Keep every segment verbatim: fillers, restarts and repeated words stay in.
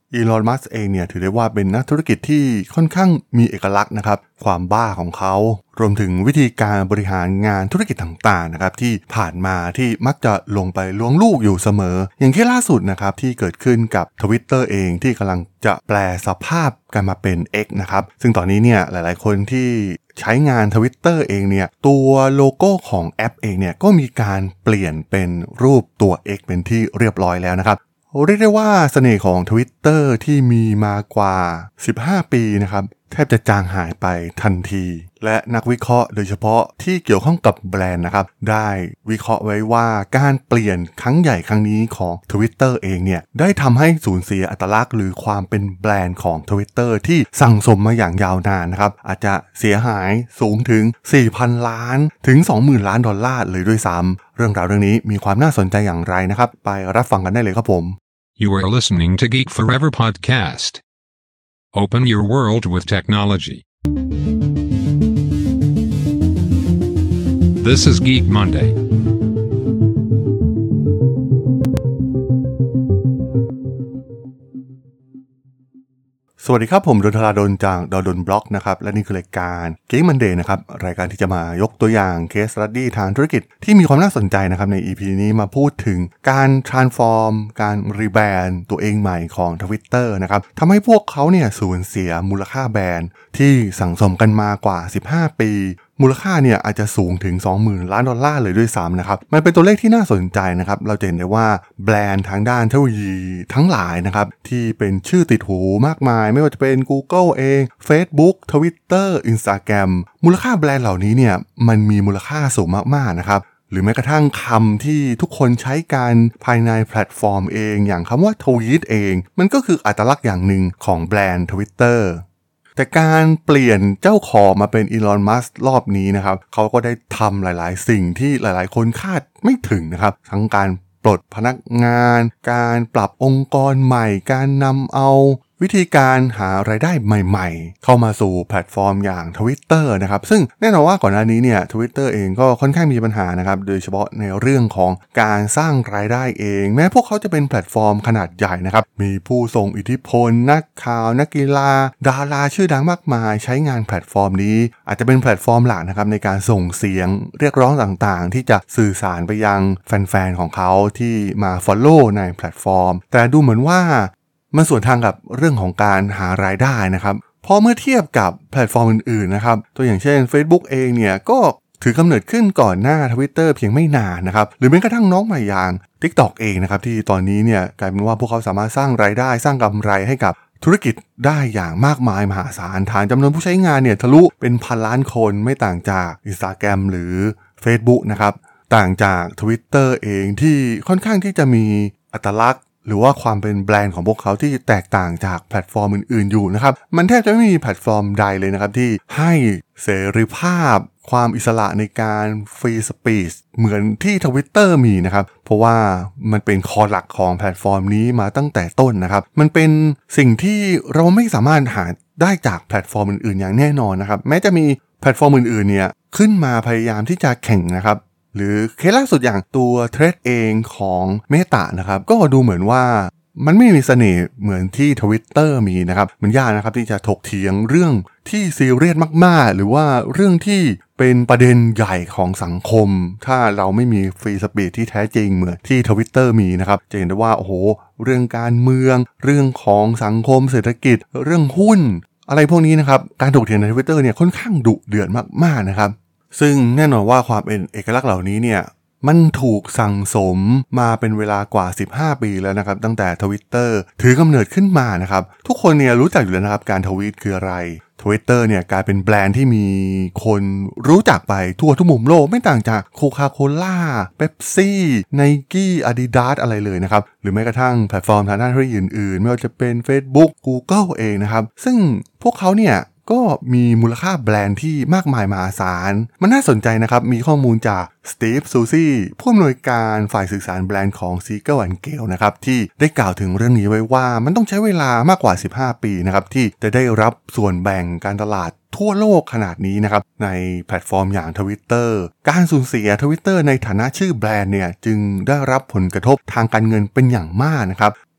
อีลอน มัสก์เองเนี่ยถือได้ว่าเป็นนักธุรกิจที่ค่อนข้างมีเอกลักษณ์นะครับความบ้าของเขารวมถึงวิธีการบริหารงานธุรกิจต่างๆนะครับที่ผ่านมาที่มักจะลงไปล้วงลูกอยู่เสมออย่างที่ล่าสุดนะครับที่เกิดขึ้นกับ Twitter เองที่กำลังจะแปลสภาพกันมาเป็น X นะครับซึ่งตอนนี้เนี่ยหลายๆคนที่ใช้งาน Twitter เองเนี่ยตัวโลโก้ของแอปเองเนี่ยก็มีการเปลี่ยนเป็นรูปตัว X เป็นที่เรียบร้อยแล้วนะครับเรียกได้ว่าเสน่ห์ของ Twitter ที่มีมากว่าสิบห้าปีนะครับแทบจะจางหายไปทันทีและนักวิเคราะห์โดยเฉพาะที่เกี่ยวข้องกับแบรนด์นะครับได้วิเคราะห์ไว้ว่าการเปลี่ยนครั้งใหญ่ครั้งนี้ของ Twitter เองเนี่ยได้ทำให้สูญเสียอัตลักษณ์หรือความเป็นแบรนด์ของ Twitter ที่สั่งสมมาอย่างยาวนานนะครับอาจจะเสียหายสูงถึง สี่พัน ล้านถึง สองหมื่น ล้านดอลลาร์เลยด้วยซ้ำเรื่องราวเรื่องนี้มีความน่าสนใจอย่างไรนะครับไปรับฟังกันได้เลยครับผม You are listening to Geek Forever podcast. Open your world with technology. This is Geek Monday. สวัสดีครับผมดลธราดลจากดลบล็อกนะครับและนี่คือรายการ Geek Monday นะครับรายการที่จะมายกตัวอย่าง Case Study ทางธุรกิจที่มีความน่าสนใจนะครับใน อี พี นี้มาพูดถึงการ transform การ rebrand ตัวเองใหม่ของ Twitter นะครับทำให้พวกเขาเนี่ยสูญเสียมูลค่าแบรนด์ที่สั่งสมกันมากว่าสิบห้าปีมูลค่าเนี่ยอาจจะสูงถึง สองหมื่น ล้านดอลลาร์เลยด้วยซ้ำนะครับมันเป็นตัวเลขที่น่าสนใจนะครับเราจะเห็นได้ว่าแบรนด์ทางด้านเทคโนโลยีทั้งหลายนะครับที่เป็นชื่อติดหูมากมายไม่ว่าจะเป็น Google เอง Facebook Twitter Instagram มูลค่าแบรนด์เหล่านี้เนี่ยมันมีมูลค่าสูงมากๆนะครับหรือแม้กระทั่งคำที่ทุกคนใช้กันภายในแพลตฟอร์มเองอย่างคำว่าทวีตเองมันก็คืออัตลักษณ์อย่างหนึ่งของแบรนด์ Twitterแต่การเปลี่ยนเจ้าของมาเป็นอีลอน มัสก์รอบนี้นะครับเขาก็ได้ทำหลายๆสิ่งที่หลายๆคนคาดไม่ถึงนะครับทั้งการปลดพนักงานการปรับองค์กรใหม่การนำเอาวิธีการหารายได้ใหม่ๆเข้ามาสู่แพลตฟอร์มอย่าง Twitter นะครับซึ่งแน่นอนว่าก่อนหน้านี้เนี่ย Twitter เองก็ค่อนข้างมีปัญหานะครับโดยเฉพาะในเรื่องของการสร้างรายได้เองแม้พวกเขาจะเป็นแพลตฟอร์มขนาดใหญ่นะครับมีผู้ทรงอิทธิพลนักข่าวนักกีฬาดาราชื่อดังมากมายใช้งานแพลตฟอร์มนี้อาจจะเป็นแพลตฟอร์มหลักนะครับในการส่งเสียงเรียกร้องต่างๆที่จะสื่อสารไปยังแฟนๆของเขาที่มา follow ในแพลตฟอร์มแต่ดูเหมือนว่ามันส่วนทางกับเรื่องของการหารายได้นะครับพอเมื่อเทียบกับแพลตฟอร์มอื่นๆนะครับตัวอย่างเช่น Facebook เองเนี่ยก็ถือกำเนิดขึ้นก่อนหน้า Twitter เพียงไม่นานนะครับหรือแม้กระทั่งน้องใหม่อย่าง TikTok เองนะครับที่ตอนนี้เนี่ยกลายเป็นว่าพวกเขาสามารถสร้างรายได้สร้างกำไรให้กับธุรกิจได้อย่างมากมายมหาศาลฐานจำนวนผู้ใช้งานเนี่ยทะลุเป็นพันล้านคนไม่ต่างจาก Instagram หรือ Facebook นะครับต่างจาก Twitter เองที่ค่อนข้างที่จะมีอัตลักษณ์หรือว่าความเป็นแบรนด์ของพวกเขาที่แตกต่างจากแพลตฟอร์มอื่นๆอยู่นะครับมันแทบจะไม่มีแพลตฟอร์มใดเลยนะครับที่ให้เสรีภาพความอิสระในการฟรีสปีชเหมือนที่ Twitter มีนะครับเพราะว่ามันเป็นคอหลักของแพลตฟอร์มนี้มาตั้งแต่ต้นนะครับมันเป็นสิ่งที่เราไม่สามารถหาได้จากแพลตฟอร์มอื่นๆอย่างแน่นอนนะครับแม้จะมีแพลตฟอร์มอื่นๆเนี่ยขึ้นมาพยายามที่จะแข่งนะครับหรือเคสล่าสุดอย่างตัว Threads เองของ Meta นะครับก็ดูเหมือนว่ามันไม่มีเสน่ห์เหมือนที่ Twitter มีนะครับมันยากนะครับที่จะถกเถียงเรื่องที่ซีเรียสมากๆหรือว่าเรื่องที่เป็นประเด็นใหญ่ของสังคมถ้าเราไม่มีฟรีสปีดที่แท้จริงเหมือนที่ Twitter มีนะครับจะเห็นได้ว่าโอ้โหเรื่องการเมืองเรื่องของสังคมเศรษฐกิจเรื่องหุ้นอะไรพวกนี้นะครับการถกเถียงใน Twitter เนี่ยค่อนข้างดุเดือดมากๆนะครับซึ่งแน่นอนว่าความเป็นเอกลักษณ์เหล่านี้เนี่ยมันถูกสั่งสมมาเป็นเวลากว่าสิบห้าปีแล้วนะครับตั้งแต่ Twitter ถือกำเนิดขึ้นมานะครับทุกคนเนี่ยรู้จักอยู่แล้วนะครับการทวีตคืออะไร Twitter เนี่ยกลายเป็นแบรนด์ที่มีคนรู้จักไปทั่วทุกมุมโลกไม่ต่างจาก Coca-Cola Pepsi Nike Adidas อะไรเลยนะครับหรือแม้กระทั่งแพลตฟอร์มทางด้านธุรกิจอื่นๆไม่ว่าจะเป็น Facebook Google เองนะครับซึ่งพวกเขาเนี่ยก็มีมูลค่าแบรนด์ที่มากมายมหาศาลมันน่าสนใจนะครับมีข้อมูลจากสตีฟซูซี่ผู้อำนวยการฝ่ายสื่อสารแบรนด์ของ Siegel แอนด์ Gale นะครับที่ได้กล่าวถึงเรื่องนี้ไว้ว่ามันต้องใช้เวลามากกว่าสิบห้าปีนะครับที่จะได้รับส่วนแบ่งการตลาดทั่วโลกขนาดนี้นะครับในแพลตฟอร์มอย่าง Twitter การสูญเสีย Twitter ในฐานะชื่อแบรนด์เนี่ยจึงได้รับผลกระทบทางการเงินเป็นอย่างมากนะครับ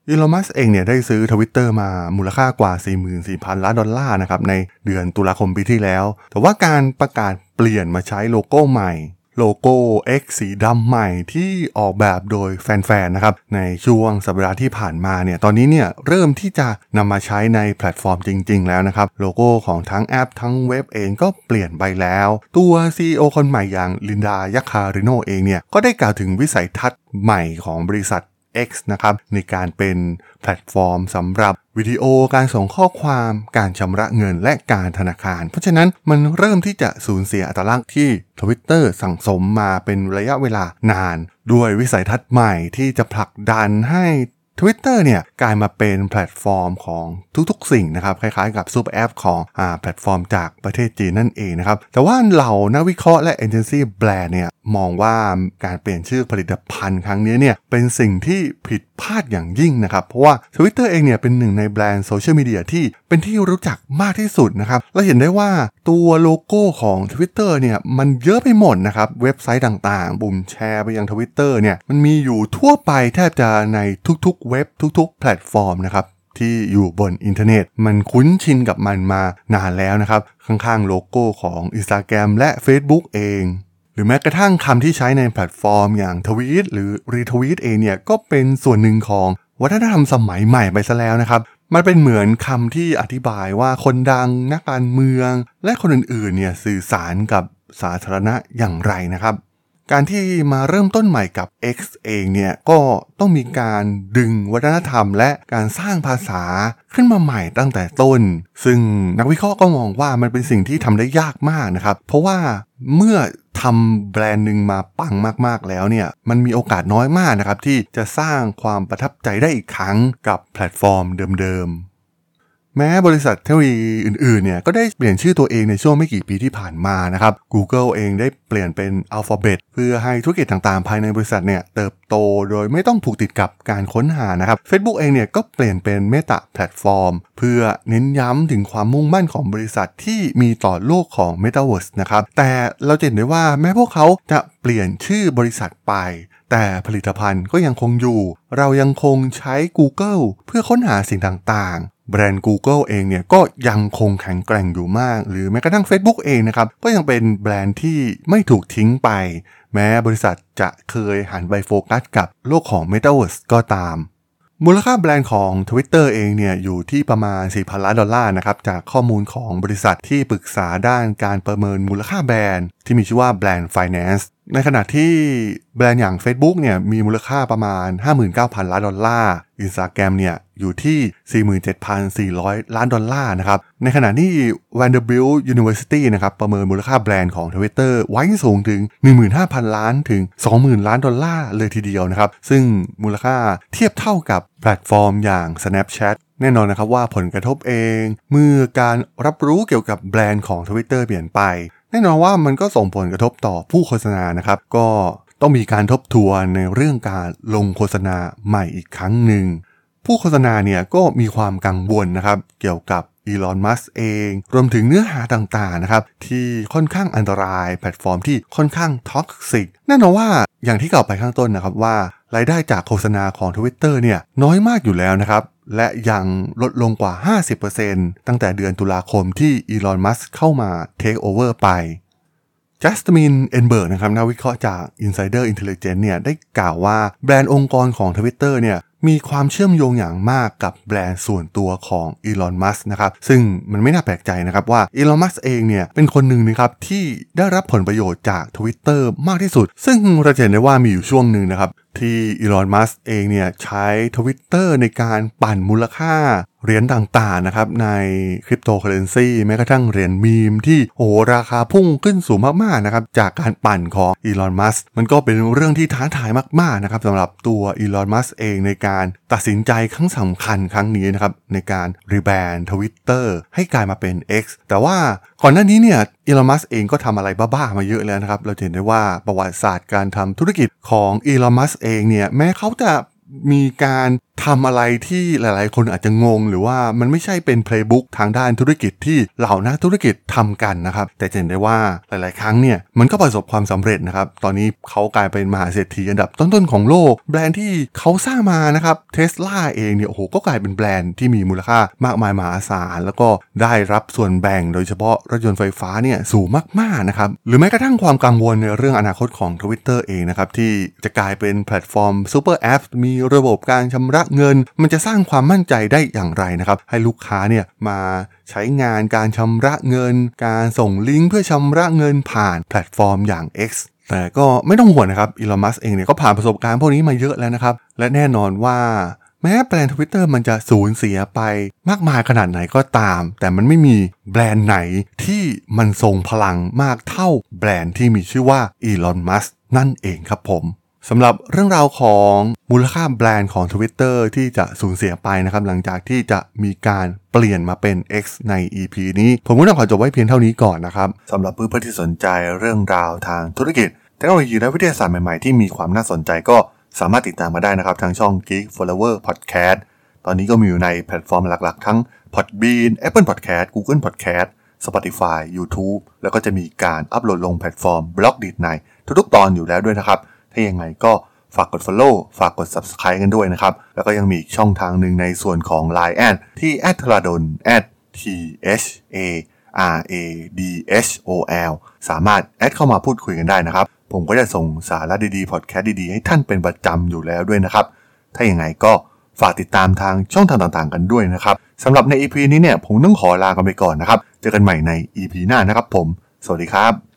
อีลอน มัสก์เองเนี่ยได้ซื้อ Twitter มามูลค่ากว่า สี่หมื่นสี่พัน ล้านดอลลาร์นะครับในเดือนตุลาคมปีที่แล้วแต่ว่าการประกาศเปลี่ยนมาใช้โลโก้ใหม่โลโก้ X สีดำใหม่ที่ออกแบบโดยแฟนๆนะครับในช่วงสัปดาห์ที่ผ่านมาเนี่ยตอนนี้เนี่ยเริ่มที่จะนำมาใช้ในแพลตฟอร์มจริงๆแล้วนะครับโลโก้ของทั้งแอปทั้งเว็บเองก็เปลี่ยนไปแล้วตัว ซี อี โอ คนใหม่อย่างลินดายัคคาริโนเองเนี่ยก็ได้กล่าวถึงวิสัยทัศน์ใหม่ของบริษัทX นะครับในการเป็นแพลตฟอร์มสำหรับวิดีโอการส่งข้อความการชำระเงินและการธนาคารเพราะฉะนั้นมันเริ่มที่จะสูญเสียอัตลักษณ์ที่ Twitter สั่งสมมาเป็นระยะเวลานานด้วยวิสัยทัศน์ใหม่ที่จะผลักดันให้ Twitter เนี่ยกลายมาเป็นแพลตฟอร์มของทุกๆสิ่งนะครับคล้ายๆกับซูเปอร์แอปของอ่าแพลตฟอร์มจากประเทศจีนนั่นเองนะครับแต่ว่าเหล่านักวิเคราะห์และเอเจนซี่แบรนด์เนี่ยมองว่าการเปลี่ยนชื่อผลิตภัณฑ์ครั้งนี้เนี่ยเป็นสิ่งที่ผิดพลาดอย่างยิ่งนะครับเพราะว่า Twitter เองเนี่ยเป็นหนึ่งในแบรนด์โซเชียลมีเดียที่เป็นที่รู้จักมากที่สุดนะครับเราเห็นได้ว่าตัวโลโก้ของ Twitter เนี่ยมันเยอะไปหมดนะครับเว็บไซต์ต่างๆปุ่มแชร์ไปยัง Twitter เนี่ยมันมีอยู่ทั่วไปแทบจะในทุกๆเว็บทุกๆแพลตฟอร์มนะครับที่อยู่บนอินเทอร์เน็ตมันคุ้นชินกับมันมานานแล้วนะครับข้างๆโลโก้ของ Instagram และ Facebook เองหรือแม้กระทั่งคำที่ใช้ในแพลตฟอร์มอย่างทวีตหรือรีทวีตเองเนี่ยก็เป็นส่วนหนึ่งของวัฒนธรรมสมัยใหม่ไปซะแล้วนะครับมันเป็นเหมือนคำที่อธิบายว่าคนดังนักการเมืองและคนอื่นๆเนี่ยสื่อสารกับสาธารณะอย่างไรนะครับการที่มาเริ่มต้นใหม่กับ X เองเนี่ยก็ต้องมีการดึงวัฒนธรรมและการสร้างภาษาขึ้นมาใหม่ตั้งแต่ต้นซึ่งนักวิเคราะห์ก็มองว่ามันเป็นสิ่งที่ทำได้ยากมากนะครับเพราะว่าเมื่อทำแบรนด์หนึ่งมาปังมากๆแล้วเนี่ยมันมีโอกาสน้อยมากนะครับที่จะสร้างความประทับใจได้อีกครั้งกับแพลตฟอร์มเดิมๆแม้บริษัทเทคโนโลยีอื่นๆเนี่ยก็ได้เปลี่ยนชื่อตัวเองในช่วงไม่กี่ปีที่ผ่านมานะครับ Google เองได้เปลี่ยนเป็น Alphabet เพื่อให้ธุรกิจต่างๆภายในบริษัทเนี่ยเติบโตโดยไม่ต้องผูกติดกับการค้นหานะครับ Facebook เองเนี่ยก็เปลี่ยนเป็น Meta Platform เพื่อเน้นย้ำถึงความมุ่งมั่นของบริษัทที่มีต่อโลกของ Metaverse นะครับแต่เราเห็นได้ว่าแม้พวกเขาจะเปลี่ยนชื่อบริษัทไปแต่ผลิตภัณฑ์ก็ยังคงอยู่เรายังคงใช้ Google เพื่อค้นหาสิ่งต่างๆแบรนด์ Google เองเนี่ยก็ยังคงแข็งแกร่งอยู่มากหรือแม้กระทั่ง Facebook เองนะครับก็ยังเป็นแบรนด์ที่ไม่ถูกทิ้งไปแม้บริษัทจะเคยหันไปโฟกัสกับโลกของ Metaverse ก็ตามมูลค่าแบรนด์ของ Twitter เองเนี่ยอยู่ที่ประมาณ สี่พัน ล้านดอลลาร์นะครับจากข้อมูลของบริษัทที่ปรึกษาด้านการประเมินมูลค่าแบรนด์ที่มีชื่อว่า Brand Finance ในขณะที่แบรนด์อย่าง Facebook เนี่ยมีมูลค่าประมาณ ห้าหมื่นเก้าพัน ล้านดอลลาร์ Instagram เนี่ยอยู่ที่ สี่หมื่นเจ็ดพันสี่ร้อย ล้านดอลลาร์นะครับในขณะที่ Vanderbilt University นะครับประเมินมูลค่าแบรนด์ของ Twitter ไว้สูงถึง หนึ่งหมื่นห้าพัน ล้านถึง สองหมื่น ล้านดอลลาร์เลยทีเดียวนะครับซึ่งมูลค่าเทียบเท่ากับแพลตฟอร์มอย่าง Snapchat แน่นอนนะครับว่าผลกระทบเองเมื่อการรับรู้เกี่ยวกับแบรนด์ของ Twitter เปลี่ยนไปแน่นอนว่ามันก็ส่งผลกระทบต่อผู้โฆษณานะครับก็ต้องมีการทบทวนในเรื่องการลงโฆษณาใหม่อีกครั้งหนึ่งผู้โฆษณาเนี่ยก็มีความกังวลนะครับเกี่ยวกับอีลอน มัสก์เองรวมถึงเนื้อหาต่างๆนะครับที่ค่อนข้างอันตรายแพลตฟอร์มที่ค่อนข้างท็อกซิกแน่นอนว่าอย่างที่กล่าวไปข้างต้นนะครับว่ารายได้จากโฆษณาของ Twitter เนี่ยน้อยมากอยู่แล้วนะครับและยังลดลงกว่า ห้าสิบเปอร์เซ็นต์ ตั้งแต่เดือนตุลาคมที่อีลอน มัสก์เข้ามาเทคโอเวอร์ไปจัสติน เอนเบิร์กนะครับนักวิเคราะห์จาก Insider Intelligence เนี่ยได้กล่าวว่าแบรนด์องค์กรของ Twitter เนี่ยมีความเชื่อมโยงอย่างมากกับแบรนด์ส่วนตัวของอีลอน มัสก์นะครับซึ่งมันไม่น่าแปลกใจนะครับว่าอีลอน มัสก์เองเนี่ยเป็นคนหนึ่งนะครับที่ได้รับผลประโยชน์จาก Twitter มากที่สุดซึ่งเราเห็นได้ว่ามีอยู่ช่วงหนึ่งนะครับที่อีลอน มัสก์เองเนี่ยใช้ Twitter ในการปั่นมูลค่าเหรียญต่างๆนะครับในคริปโตเคอเรนซีแม้กระทั่งเหรียญมีมที่โอ้โหราคาพุ่งขึ้นสูงมากๆนะครับจากการปั่นของอีลอน มัสก์มันก็เป็นเรื่องที่ท้าทายมากๆนะครับสำหรับตัวอีลอน มัสก์เองในการตัดสินใจครั้งสำคัญครั้งนี้นะครับในการรีแบรนด์ Twitter ให้กลายมาเป็น X แต่ว่าก่อนหน้านี้เนี่ยอีลอน มัสก์เองก็ทำอะไรบ้าๆมาเยอะแล้วนะครับเราเห็นได้ว่าประวัติศาสตร์การทำธุรกิจของอีลอน มัสก์เองเนี่ยแม้เขาจะมีการททำอะไรที่หลายๆคนอาจจะงงหรือว่ามันไม่ใช่เป็นเพลย์บุ๊กทางด้านธุรกิจที่เหล่านักธุรกิจทำกันนะครับแต่จะเห็นได้ว่าหลายๆครั้งเนี่ยมันก็ประสบความสำเร็จนะครับตอนนี้เขากลายเป็นมหาเศรษฐีอันดับต้นๆของโลกแบรนด์ที่เขาสร้างมานะครับ Tesla เองเนี่ยโอ้โหก็กลายเป็นแบรนด์ที่มีมูลค่ามากมายมหาศาลแล้วก็ได้รับส่วนแบ่งโดยเฉพาะรถยนต์ไฟฟ้าเนี่ยสูงมากๆนะครับหรือแม้กระทั่งความกังวลในเรื่องอนาคตของ Twitter เองนะครับที่จะกลายเป็นแพลตฟอร์มซูเปอร์แอปมีระบบการชำระเงินมันจะสร้างความมั่นใจได้อย่างไรนะครับให้ลูกค้าเนี่ยมาใช้งานการชำระเงินการส่งลิงก์เพื่อชำระเงินผ่านแพลตฟอร์มอย่าง X แต่ก็ไม่ต้องห่วงนะครับอีลอนมัสก์เองเนี่ยก็ผ่านประสบการณ์พวกนี้มาเยอะแล้วนะครับและแน่นอนว่าแม้แบรนด์ Twitter มันจะสูญเสียไปมากมายขนาดไหนก็ตามแต่มันไม่มีแบรนด์ไหนที่มันทรงพลังมากเท่าแบรนด์ที่มีชื่อว่าอีลอนมัสก์นั่นเองครับผมสำหรับเรื่องราวของมูลค่าแบรนด์ของ Twitter ที่จะสูญเสียไปนะครับหลังจากที่จะมีการเปลี่ยนมาเป็น X ใน อี พี นี้ผมก็ต้องขอจบไว้เพียงเท่านี้ก่อนนะครับสำหรับเพื่อนๆที่สนใจเรื่องราวทางธุรกิจเทคโนโลยีและวิทยาศาสตร์ใหม่ๆที่มีความน่าสนใจก็สามารถติดตามมาได้นะครับทางช่อง Geek Flower Podcast ตอนนี้ก็มีอยู่ในแพลตฟอร์มหลักๆทั้ง Podbean Apple Podcast Google Podcast Spotify YouTube แล้วก็จะมีการอัปโหลดลงแพลตฟอร์ม Blogdit ในทุกๆตอนอยู่แล้วด้วยนะครับถ้ายังไงก็ฝากกด follow ฝากกด subscribe กันด้วยนะครับแล้วก็ยังมีอีกช่องทางหนึ่งในส่วนของ ไลน์ แอด ที่ แอท ธราดล แอท ที เอช เอ อาร์ เอ ดี เอช โอ แอล สามารถแอดเข้ามาพูดคุยกันได้นะครับผมก็จะส่งสาระดีๆพอดแคสต์ดีๆให้ท่านเป็นประจำอยู่แล้วด้วยนะครับถ้าอย่างไรก็ฝากติดตามทางช่องทางต่างๆกันด้วยนะครับสำหรับใน อี พี นี้เนี่ยผมต้องขอลากันไปก่อนนะครับเจอกันใหม่ใน อี พี หน้านะครับผมสวัสดีครับ